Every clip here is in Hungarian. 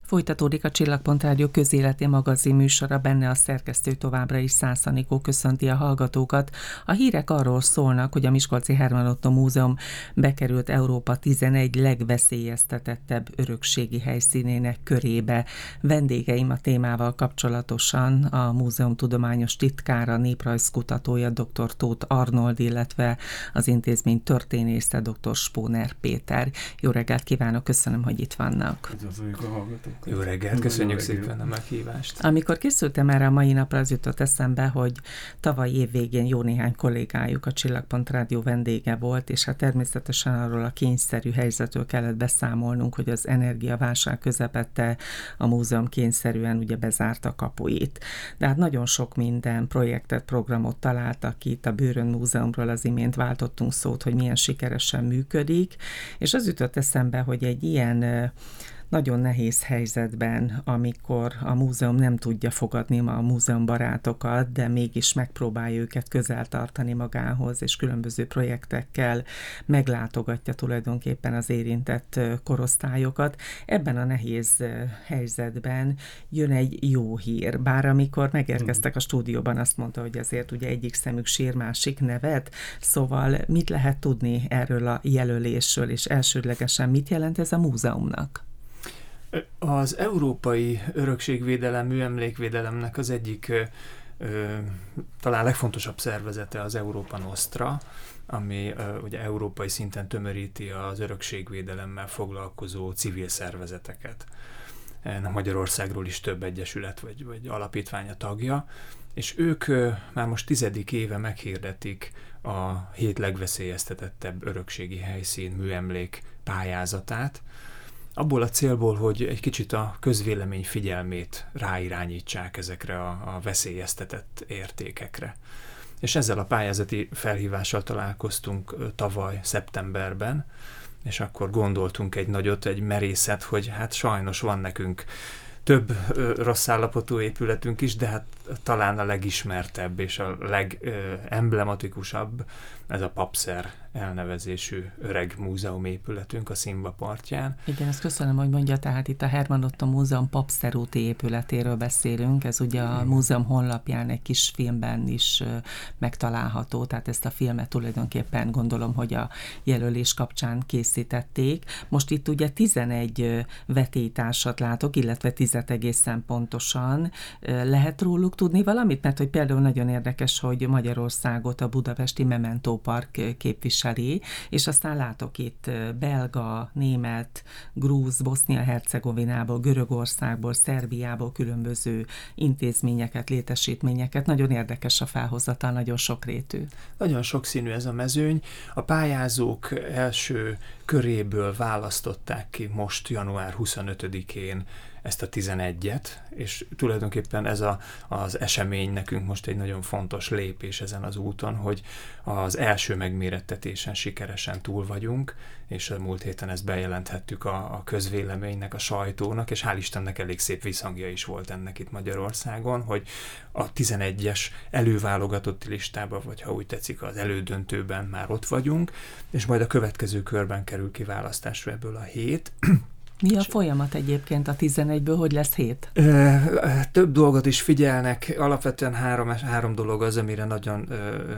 Folytatódik a Csillagpont Rádió közéleti magazin műsora, benne a szerkesztő továbbra is Szász Anikó köszönti a hallgatókat. A hírek arról szólnak, hogy a Miskolci Herman Ottó Múzeum bekerült Európa 11 legveszélyeztetettebb örökségi helyszínének körébe. Vendégeim a témával kapcsolatosan a múzeum tudományos titkára, néprajzkutatója dr. Tóth Arnold, illetve az intézmény történésze dr. Spóner Péter. Jó reggelt kívánok, köszönöm, hogy itt vannak. Üdvözöljük a hallgatókat. Jó reggelt, köszönjük szépen a meghívást. Amikor készültem erre a mai napra, az jutott eszembe, hogy tavaly év végén jó néhány kollégájuk a Csillagpont Rádió vendége volt, és hát természetesen arról a kényszerű helyzetről kellett beszámolnunk, hogy az energiaválság közepette a múzeum kényszerűen ugye bezárta kapuit. De hát nagyon sok minden projektet, programot találtak itt, a Bőrön Múzeumról az imént váltottunk szót, hogy milyen sikeresen működik, és az jutott eszembe, hogy egy ilyen nagyon nehéz helyzetben, amikor a múzeum nem tudja fogadni a múzeumbarátokat, de mégis megpróbálja őket közel tartani magához, és különböző projektekkel meglátogatja tulajdonképpen az érintett korosztályokat. Ebben a nehéz helyzetben jön egy jó hír. Bár amikor megérkeztek a stúdióban, azt mondta, hogy azért ugye egyik szemük sír, másik nevet. Szóval mit lehet tudni erről a jelölésről, és elsődlegesen mit jelent ez a múzeumnak? Az Európai Örökségvédelem, Műemlékvédelemnek az egyik talán legfontosabb szervezete az Europa Nostra, ami ugye európai szinten tömöríti az örökségvédelemmel foglalkozó civil szervezeteket. Magyarországról is több egyesület vagy alapítvány a tagja, és ők már most 10. éve meghirdetik a 7 legveszélyeztetettebb örökségi helyszín műemlék pályázatát, abból a célból, hogy egy kicsit a közvélemény figyelmét ráirányítsák ezekre a veszélyeztetett értékekre. És ezzel a pályázati felhívással találkoztunk tavaly szeptemberben, és akkor gondoltunk egy nagyot, egy merészet, hogy hát sajnos van nekünk több rossz állapotú épületünk is, de hát talán a legismertebb és a legemblematikusabb ez a Papszer elnevezésű öreg múzeumépületünk a Szimba partján. Igen, ezt köszönöm, hogy mondja, tehát itt a Herman Ottó Múzeum Papszer úti épületéről beszélünk, ez ugye a múzeum honlapján egy kis filmben is megtalálható, tehát ezt a filmet tulajdonképpen gondolom, hogy a jelölés kapcsán készítették. Most itt ugye 11 vetélytársat látok, illetve 10 egészen pontosan. Lehet róluk tudni valamit? Mert hogy például nagyon érdekes, hogy Magyarországot a budapesti Memento Park képviseli, és aztán látok itt belga, német, grúz, Bosznia-Hercegovinából, Görögországból, Szerbiából különböző intézményeket, létesítményeket. Nagyon érdekes a felhozatal, nagyon sokrétű. Nagyon sokszínű ez a mezőny. A pályázók első köréből választották ki most január 25-én ezt a 11-et, és tulajdonképpen ez az esemény nekünk most egy nagyon fontos lépés ezen az úton, hogy az első megmérettetésen sikeresen túl vagyunk, és a múlt héten ezt bejelenthettük a közvéleménynek, a sajtónak, és hál' Istennek elég szép visszhangja is volt ennek itt Magyarországon, hogy a 11-es előválogatott listában, vagy ha úgy tetszik, az elődöntőben már ott vagyunk, és majd a következő körben kerül kiválasztásra ebből a 7. Mi a folyamat egyébként a 11-ből, hogy lesz 7? Több dolgot is figyelnek, alapvetően három dolog az, amire nagyon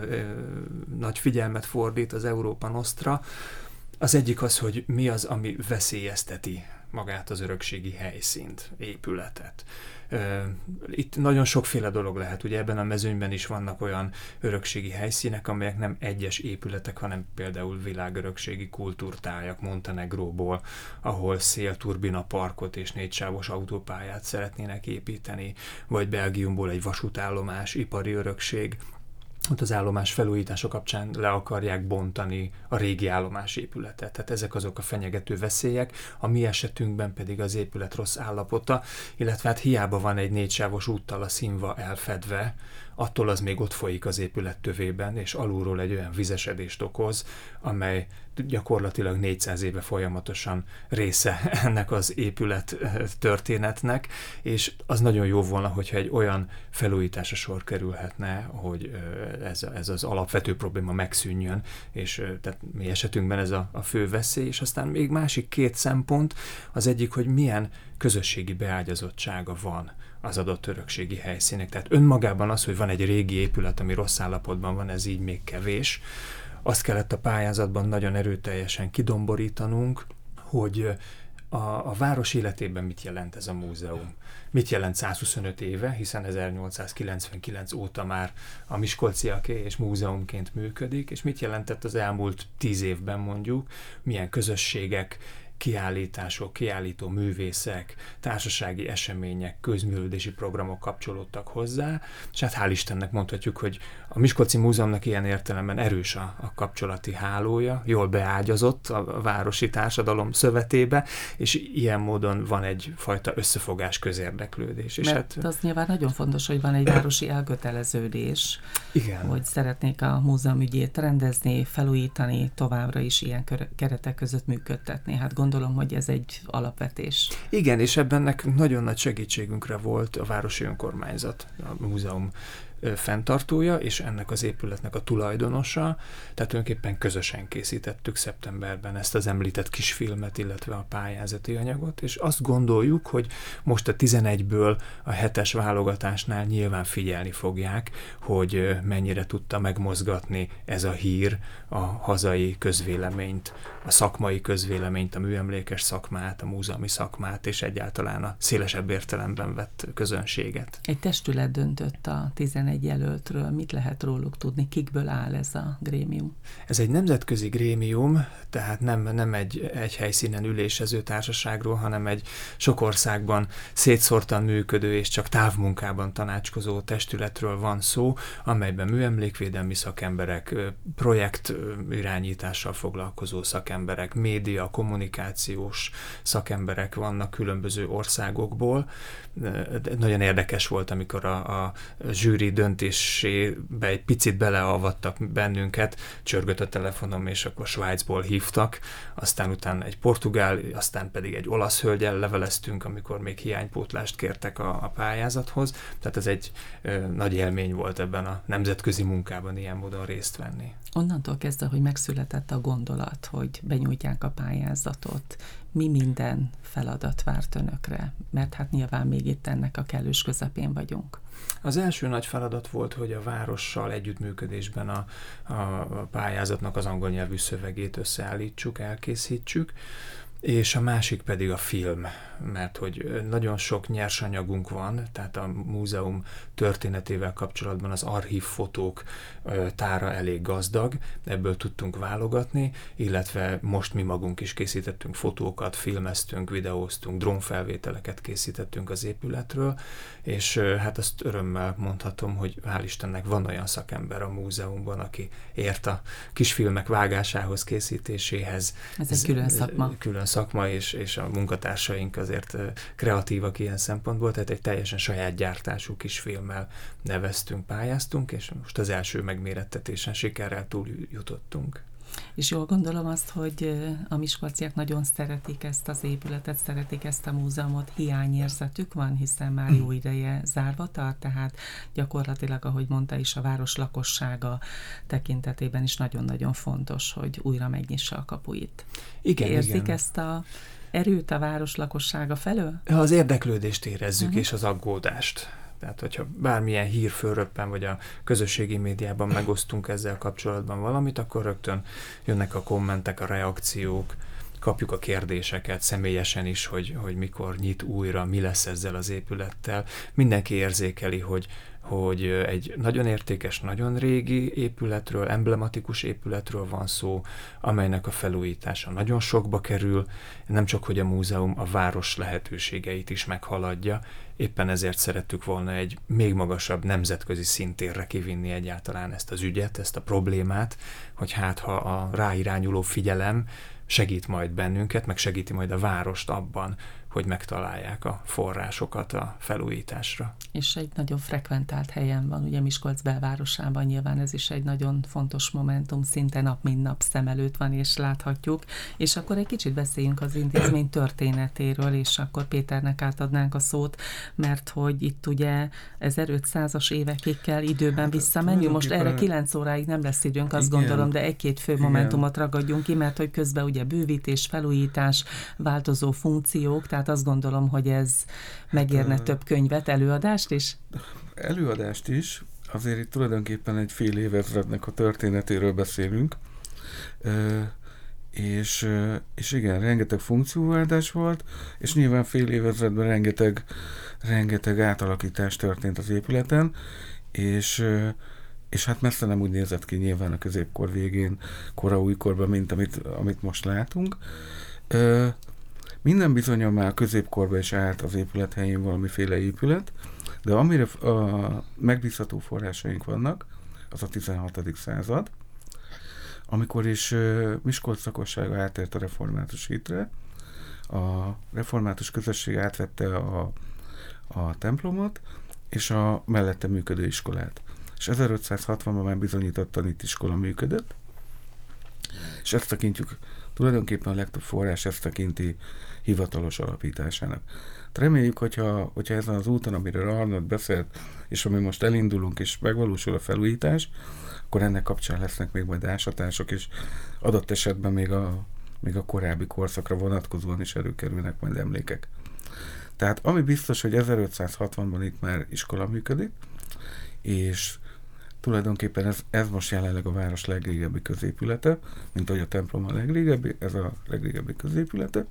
nagy figyelmet fordít az Europa Nostra. Az egyik az, hogy mi az, ami veszélyezteti magát az örökségi helyszínt, épületet. Itt nagyon sokféle dolog lehet, ugye ebben a mezőnyben is vannak olyan örökségi helyszínek, amelyek nem egyes épületek, hanem például világörökségi kultúrtájak Montenegróból, ahol szélturbina parkot és 4 sávos autópályát szeretnének építeni, vagy Belgiumból egy vasútállomás, ipari örökség. Ott az állomás felújítása kapcsán le akarják bontani a régi állomás épületet. Tehát ezek azok a fenyegető veszélyek, a mi esetünkben pedig az épület rossz állapota, illetve hát hiába van egy 4 sávos úttal a Szimva elfedve, attól az még ott folyik az épület tövében, és alulról egy olyan vizesedést okoz, amely gyakorlatilag 400 éve folyamatosan része ennek az épület történetnek, és az nagyon jó volna, hogyha egy olyan felújításra sor kerülhetne, hogy ez az alapvető probléma megszűnjön, és tehát mi esetünkben ez a fő veszély, és aztán még másik 2 szempont, az egyik, hogy milyen közösségi beágyazottsága van az adott örökségi helyszínek. Tehát önmagában az, hogy van egy régi épület, ami rossz állapotban van, ez így még kevés. Azt kellett a pályázatban nagyon erőteljesen kidomborítanunk, hogy a város életében mit jelent ez a múzeum. Mit jelent 125 éve, hiszen 1899 óta már a miskolciaké és múzeumként működik, és mit jelentett az elmúlt 10 évben mondjuk, milyen közösségek, kiállítások, kiállító művészek, társasági események, közművelődési programok kapcsolódtak hozzá, és hát hál' Istennek mondhatjuk, hogy a Miskolci Múzeumnak ilyen értelemben erős a kapcsolati hálója, jól beágyazott a városi társadalom szövetébe, és ilyen módon van egyfajta összefogás, közérdeklődés. És mert hát, az nyilván nagyon fontos, hogy van egy városi elköteleződés, igen, hogy szeretnék a múzeum ügyét rendezni, felújítani, továbbra is ilyen keretek között működtetni. Hát gondolom, hogy ez egy alapvetés. Igen, és ebbennek nagyon nagy segítségünkre volt a városi önkormányzat, a múzeum fenntartója, és ennek az épületnek a tulajdonosa, tehát tulajdonképpen közösen készítettük szeptemberben ezt az említett kisfilmet, illetve a pályázati anyagot, és azt gondoljuk, hogy most a 11-ből a 7-es válogatásnál nyilván figyelni fogják, hogy mennyire tudta megmozgatni ez a hír a hazai közvéleményt, a szakmai közvéleményt, a műemlékes szakmát, a múzeumi szakmát, és egyáltalán a szélesebb értelemben vett közönséget. Egy testület döntött a 11 jelöltről. Mit lehet róluk tudni? Kikből áll ez a grémium? Ez egy nemzetközi grémium, tehát nem egy helyszínen ülésező társaságról, hanem egy sok országban szétszórtan működő és csak távmunkában tanácskozó testületről van szó, amelyben műemlékvédelmi szakemberek, projektirányítással foglalkozó szakemberek, média, kommunikációs szakemberek vannak különböző országokból. Nagyon érdekes volt, amikor a zsűri döntésébe egy picit beleavattak bennünket, csörgött a telefonom, és akkor Svájcból hívtak, aztán utána egy portugál, aztán pedig egy olasz hölgyel leveleztünk, amikor még hiánypótlást kértek a pályázathoz, tehát ez egy nagy élmény volt ebben a nemzetközi munkában ilyen módon részt venni. Onnantól kezdve, hogy megszületett a gondolat, hogy benyújtják a pályázatot, mi minden feladat várt önökre? Mert hát nyilván még itt ennek a kellős közepén vagyunk. Az első nagy feladat volt, hogy a várossal együttműködésben a pályázatnak az angol nyelvű szövegét összeállítsuk, elkészítsük, és a másik pedig a film, mert hogy nagyon sok nyersanyagunk van, tehát a múzeum történetével kapcsolatban az archívfotók tára elég gazdag, ebből tudtunk válogatni, illetve most mi magunk is készítettünk fotókat, filmeztünk, videóztunk, drónfelvételeket készítettünk az épületről, és hát azt örömmel mondhatom, hogy hál' Istennek van olyan szakember a múzeumban, aki ért a kisfilmek vágásához, készítéséhez. Ez egy külön szakma. Külön szakma, és a munkatársaink azért kreatívak ilyen szempontból, tehát egy teljesen saját gyártású kis filmmel neveztünk, pályáztunk, és most az első megmérettetésen sikerrel túl jutottunk. És jól gondolom azt, hogy a miskolciak nagyon szeretik ezt az épületet, szeretik ezt a múzeumot, hiányérzetük van, hiszen már jó ideje zárva tart, tehát gyakorlatilag, ahogy mondta is, a város lakossága tekintetében is nagyon-nagyon fontos, hogy újra megnyissa a kapuit. Igen, érzik igen. ezt a erőt a város lakossága felől? Az érdeklődést érezzük, és az aggódást. Tehát, hogyha bármilyen hír fölröppen, vagy a közösségi médiában megosztunk ezzel kapcsolatban valamit, akkor rögtön jönnek a kommentek, a reakciók, kapjuk a kérdéseket személyesen is, hogy mikor nyit újra, mi lesz ezzel az épülettel. Mindenki érzékeli, hogy egy nagyon értékes, nagyon régi épületről, emblematikus épületről van szó, amelynek a felújítása nagyon sokba kerül, nem csak, hogy a múzeum a város lehetőségeit is meghaladja, éppen ezért szerettük volna egy még magasabb nemzetközi szintérre kivinni egyáltalán ezt az ügyet, ezt a problémát, hogy hát ha a ráirányuló figyelem segít majd bennünket, meg segíti majd a várost abban, hogy megtalálják a forrásokat a felújításra. És egy nagyon frekventált helyen van, ugye Miskolc belvárosában, nyilván ez is egy nagyon fontos momentum, szinte nap mint nap szem előtt van, és láthatjuk. És akkor egy kicsit beszéljünk az intézmény történetéről, és akkor Péternek átadnánk a szót, mert hogy itt ugye 1500-as évekig kell időben visszamenni. Most erre 9 óráig nem lesz időnk, azt gondolom, de egy-két fő momentumot ragadjunk ki, mert hogy közben ugye bővítés, felújítás, változó funkciók, tehát azt gondolom, hogy ez megérne több könyvet, előadást is? Előadást is, azért itt tulajdonképpen egy fél évezrednek a történetéről beszélünk, és igen, rengeteg funkcióváltás volt, és nyilván fél évezredben rengeteg átalakítás történt az épületen, és hát messze nem úgy nézett ki nyilván a középkor végén, kora újkorban, mint amit most látunk. Minden bizonnyal már középkorba is állt az épület helyén valamiféle épület, de amire a megbízható forrásaink vannak, az a 16. század, amikor is Miskolc lakossága átért a református hitre, a református közösség átvette a templomot és a mellette működő iskolát. És 1560-ban már bizonyítottan itt iskola működött, és ezt tekintjük, tulajdonképpen a legtöbb forrás ezt tekinti hivatalos alapításának. Reméljük, hogyha ezen az úton, amiről Arnold beszélt, és ami most elindulunk, és megvalósul a felújítás, akkor ennek kapcsán lesznek még majd ásatások, és adott esetben még a korábbi korszakra vonatkozóan is előkerülnek majd emlékek. Tehát ami biztos, hogy 1560-ban itt már iskola működik, és tulajdonképpen ez most jelenleg a város legrégebbi középülete, mint ahogy a templom a legrégebbi, ez a legrégebbi középülete,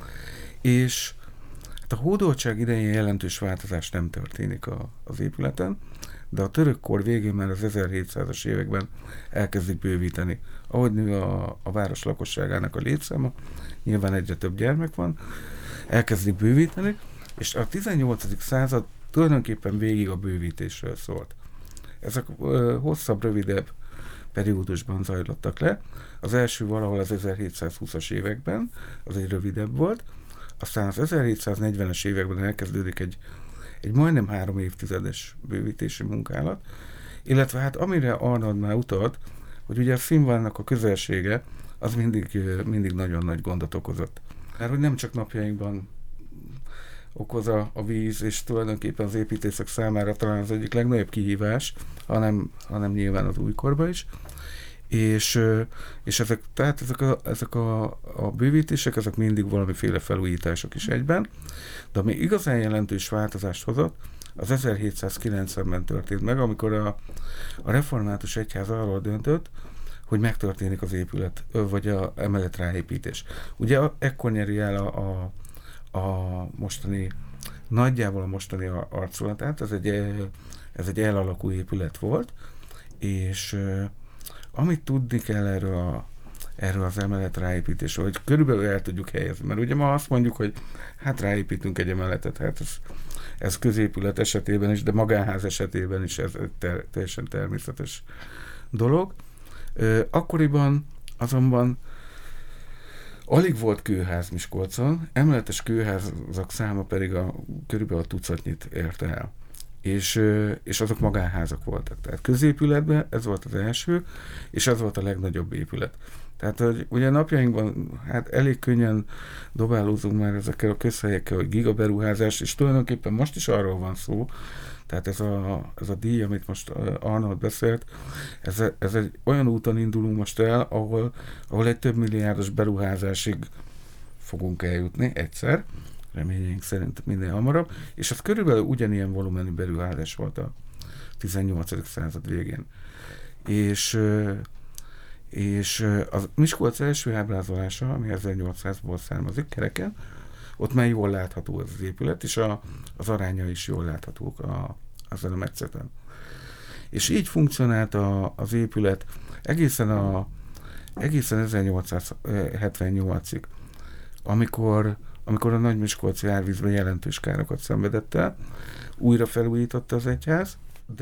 és hát a hódoltság idején jelentős változás nem történik az épületen, de a török kor végén már az 1700-as években elkezdik bővíteni. Ahogy nő a város lakosságának a létszáma, nyilván egyre több gyermek van, elkezdik bővíteni, és a 18. század tulajdonképpen végig a bővítésről szólt. Ezek hosszabb, rövidebb periódusban zajlottak le. Az első valahol az 1720-as években, az egy rövidebb volt, aztán az 1740-es években elkezdődik egy majdnem 3 évtizedes bővítési munkálat, illetve hát amire Arnold már utalt, hogy ugye a színvonalnak a közelsége az mindig nagyon nagy gondot okozott. Mert hogy nem csak napjainkban okoz a víz, és tulajdonképpen az építészek számára talán az egyik legnagyobb kihívás, hanem nyilván az újkorban is. És ezek a bővítések, ezek mindig valamiféle felújítások is egyben, de ami igazán jelentős változást hozott, az 1790-ben történt meg, amikor a református egyház arról döntött, hogy megtörténik az épület, vagy a emelet ráépítés. Ugye ekkor nyeri el a mostani, nagyjából a mostani arculatát, ez egy elalakú épület volt, és amit tudni kell erről az emelet ráépítésről, hogy körülbelül el tudjuk helyezni, mert ugye ma azt mondjuk, hogy hát ráépítünk egy emeletet, hát ez középület esetében is, de magánház esetében is ez teljesen természetes dolog. Akkoriban azonban alig volt kőház Miskolcon, emeletes kőházak száma pedig körülbelül a tucatnyit érte el. És azok magánházak voltak. Tehát középületben ez volt az első, és ez volt a legnagyobb épület. Tehát hogy ugye napjainkban hát elég könnyen dobálózunk már ezekkel a közhelyekkel, hogy gigaberuházás, és tulajdonképpen most is arról van szó, tehát ez a díj, amit most Arnold beszélt, ez egy olyan úton indulunk most el, ahol egy több milliárdos beruházásig fogunk eljutni egyszer, reményeink szerint minél hamarabb, és ez körülbelül ugyanilyen volumenű beruházás volt a 18. század végén. És a Miskolc első ábrázolása, ami 1800-ból származik kereken, ott már jól látható az épület, és az aránya is jól láthatók ezen a metszeten. És így funkcionált az épület egészen 1878-ig, amikor a Nagymiskolci árvízben jelentős károkat szenvedett el, újra felújította az egyház,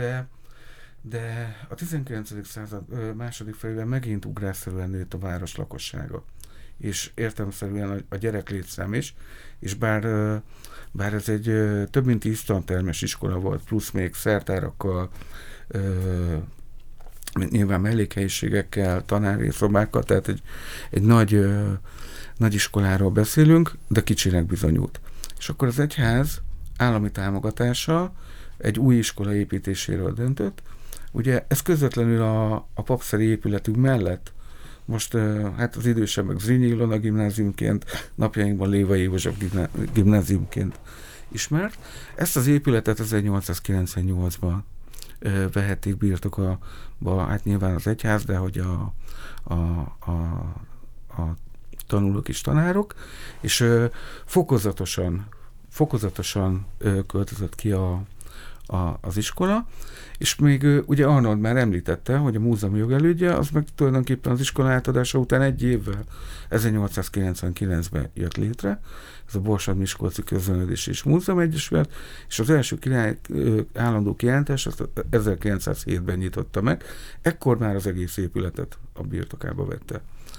de a 19. század második felében megint ugrásszerűen nőtt a város lakossága. És értelemszerűen a gyereklétszám is, és bár bár ez egy több mint 10 tantermes iskola volt, plusz még szertárakkal, nyilván mellékhelyiségekkel, tanári szobákkal, tehát egy nagy iskoláról beszélünk, de kicsinek bizonyult. És akkor az egyház állami támogatással egy új iskola építéséről döntött. Ugye ez közvetlenül a papszeri épületünk mellett, most hát az idősebbek Zrínyi Ilona gimnáziumként, napjainkban Lévai József gimnáziumként ismert. Ezt az épületet 1898-ban vehették birtokba, hát nyilván az egyház, de hogy a tanulók és tanárok, és fokozatosan költözött ki az iskola, és még ugye Arnold már említette, hogy a múzeum jogelődje, az meg tulajdonképpen az iskola átadása után egy évvel, 1899-ben jött létre, ez a Borsod-Miskolci Közönödés és Múzeum Egyesület, és az első állandó kiállítás azt 1907-ben nyitotta meg, ekkor már az egész épületet a birtokába vette.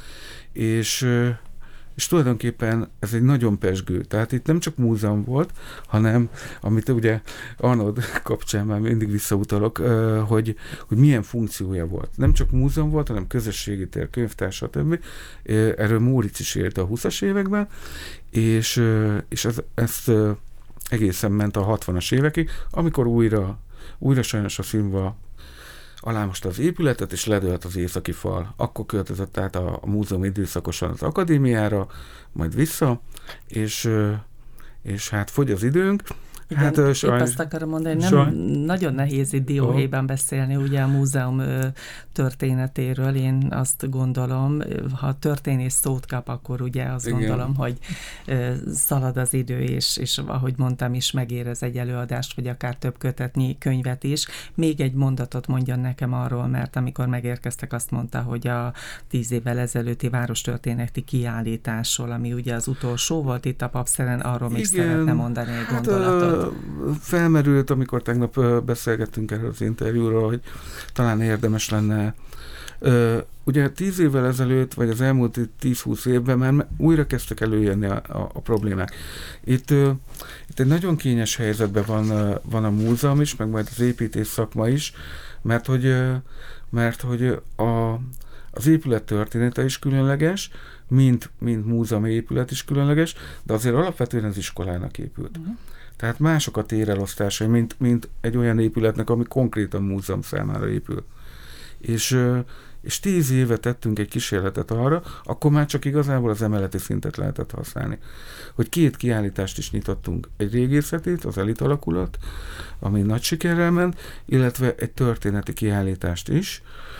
És tulajdonképpen ez egy nagyon pezsgő. Tehát itt nem csak múzeum volt, hanem, amit ugye Arnold kapcsán már mindig visszautalok, hogy milyen funkciója volt. Nem csak múzeum volt, hanem közösségi tér, könyvtár, stb. Erről Móricz is élt a 20-as években, és ez egészen ment a 60-as évekig, amikor újra sajnos a színva alámosta az épületet, és ledőlt az északi fal. Akkor költözött át a múzeum időszakosan az akadémiára, majd vissza, és hát fogy az időnk. Igen, hát, épp azt akarom mondani, nem nagyon nehéz itt dióhéjban beszélni ugye a múzeum történetéről. Én azt gondolom, ha történész szót kap, akkor ugye azt igen. Gondolom, hogy szalad az idő, és ahogy mondtam is, megérez egy előadást, vagy akár több kötetnyi könyvet is. Még egy mondatot mondjon nekem arról, mert amikor megérkeztek, azt mondta, hogy a 10 évvel ezelőtti várostörténeti kiállításról, ami ugye az utolsó volt itt a Papszeren, arról még szeretne mondani egy gondolatot. Felmerült, amikor tegnap beszélgettünk erről az interjúról, hogy talán érdemes lenne. Ugye 10 évvel ezelőtt, vagy az elmúlt 10-20 évben már újra kezdtek előjönni a problémák. Itt egy nagyon kényes helyzetben van a múzeum is, meg majd az építész szakma is, mert hogy az épület története is különleges, mint múzeumi épület is különleges, de azért alapvetően az iskolának épült. Tehát mások a térelosztásai, mint egy olyan épületnek, ami konkrétan múzeum számára épül. És 10 éve tettünk egy kísérletet arra, akkor már csak igazából az emeleti szintet lehetett használni. Hogy 2 kiállítást is nyitottunk, egy régészetét, az elit alakulat, ami nagy sikerrel ment, illetve egy történeti kiállítást is,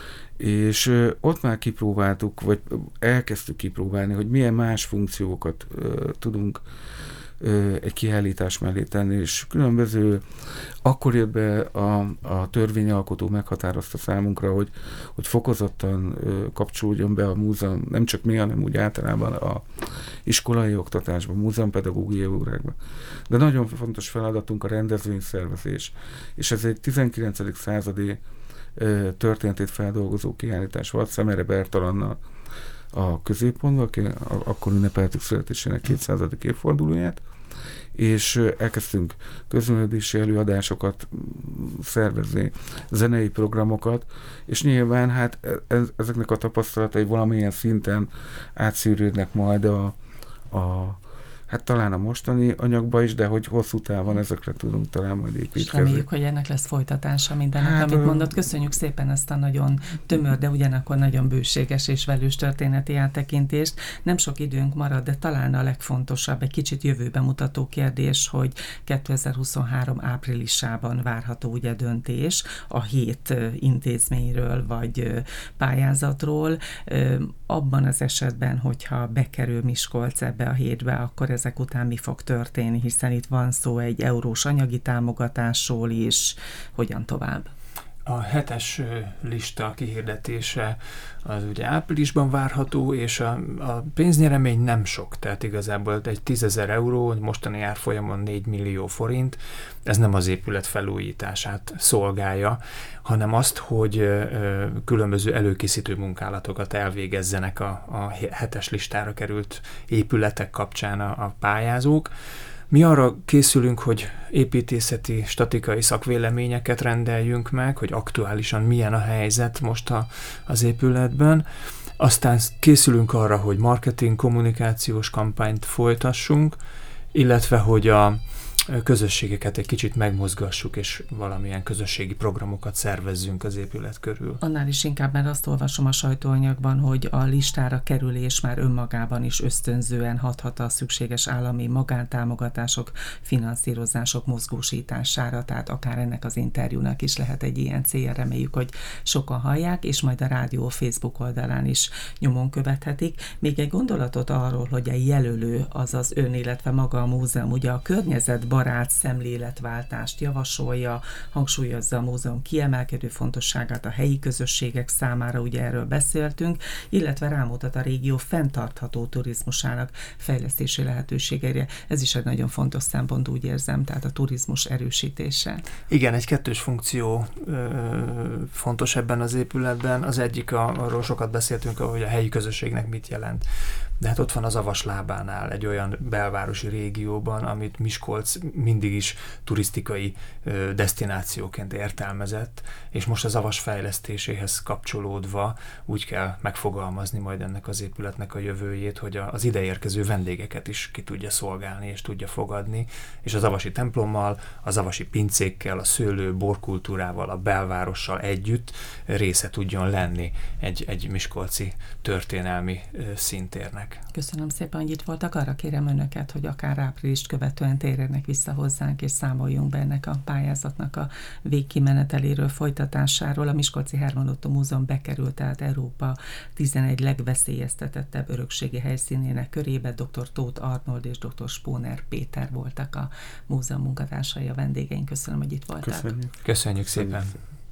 és ott már kipróbáltuk, vagy elkezdtük kipróbálni, hogy milyen más funkciókat tudunk egy kiállítás mellé tenni, és különböző, akkor jött be a törvényalkotó, meghatározta számunkra, hogy fokozottan kapcsolódjon be a múzeum, nem csak mi, hanem úgy általában a iskolai oktatásban, múzeumpedagógiai órákban. De nagyon fontos feladatunk a rendezvényszervezés, és ez egy 19. századi történetét feldolgozó kiállítás volt, Szemere Bertalannal a középpontban, aki akkor ünnepeltük születésének 200. évfordulóját, és elkezdtünk közönödési előadásokat szervezni, zenei programokat, és nyilván hát ezeknek a tapasztalatai valamilyen szinten átszűrődnek majd hát talán a mostani anyagba is, de hogy hosszú távon ezekre tudunk talán majd építkezni. És reméljük, hogy ennek lesz folytatása mindennek, hát, amit mondott. Köszönjük szépen ezt a nagyon tömör, de ugyanakkor nagyon bőséges és velős történeti áttekintést. Nem sok időnk marad, de talán a legfontosabb, egy kicsit jövőbe mutató kérdés, hogy 2023 áprilisában várható ugye döntés a 7 intézményről vagy pályázatról. Abban az esetben, hogyha bekerül Miskolc ebbe a 7-be, akkor ezek után mi fog történni, hiszen itt van szó egy eurós anyagi támogatásról is. Hogyan tovább? A 7-es lista kihirdetése az ugye áprilisban várható, és a pénznyeremény nem sok, tehát igazából egy 10 000 euró, mostani árfolyamon 4 millió forint, ez nem az épület felújítását szolgálja, hanem azt, hogy különböző előkészítő munkálatokat elvégezzenek a 7-es listára került épületek kapcsán a pályázók. Mi arra készülünk, hogy építészeti, statikai szakvéleményeket rendeljünk meg, hogy aktuálisan milyen a helyzet most az épületben. Aztán készülünk arra, hogy marketing, kommunikációs kampányt folytassunk, illetve hogy a közösségeket egy kicsit megmozgassuk, és valamilyen közösségi programokat szervezzünk az épület körül. Annál is inkább, mert azt olvasom a sajtóanyagban, hogy a listára kerülés már önmagában is ösztönzően hathat a szükséges állami magántámogatások, finanszírozások mozgósítására, tehát akár ennek az interjúnak is lehet egy ilyen célja, reméljük, hogy sokan hallják, és majd a rádió Facebook oldalán is nyomon követhetik. Még egy gondolatot arról, hogy a jelölő, azaz ön, illetve maga a múzeum, ugye a környezetbarát szemléletváltást javasolja, hangsúlyozza a múzeum kiemelkedő fontosságát a helyi közösségek számára, ugye erről beszéltünk, illetve rámutat a régió fenntartható turizmusának fejlesztési lehetőségeire. Ez is egy nagyon fontos szempont, úgy érzem, tehát a turizmus erősítése. Igen, egy kettős funkció fontos ebben az épületben. Az egyik, arról sokat beszéltünk, hogy a helyi közösségnek mit jelent. De hát ott van az Avas lábánál, egy olyan belvárosi régióban, amit Miskolc mindig is turisztikai desztinációként értelmezett, és most az Avas fejlesztéséhez kapcsolódva úgy kell megfogalmazni majd ennek az épületnek a jövőjét, hogy az ideérkező vendégeket is ki tudja szolgálni és tudja fogadni, és az avasi templommal, az avasi pincékkel, a szőlő, borkultúrával, a belvárossal együtt része tudjon lenni egy miskolci történelmi színtérnek. Köszönöm szépen, hogy itt voltak. Arra kérem önöket, hogy akár áprilist követően térjenek vissza hozzánk, és számoljunk be ennek a pályázatnak a végkimeneteléről, folytatásáról. A Miskolci Herman Ottó Múzeum bekerült tehát Európa 11 legveszélyeztetettebb örökségi helyszínének körébe. Dr. Tóth Arnold és dr. Spóner Péter voltak a múzeum munkatársai, a vendégeink. Köszönöm, hogy itt voltak. Köszönjük. Köszönjük szépen.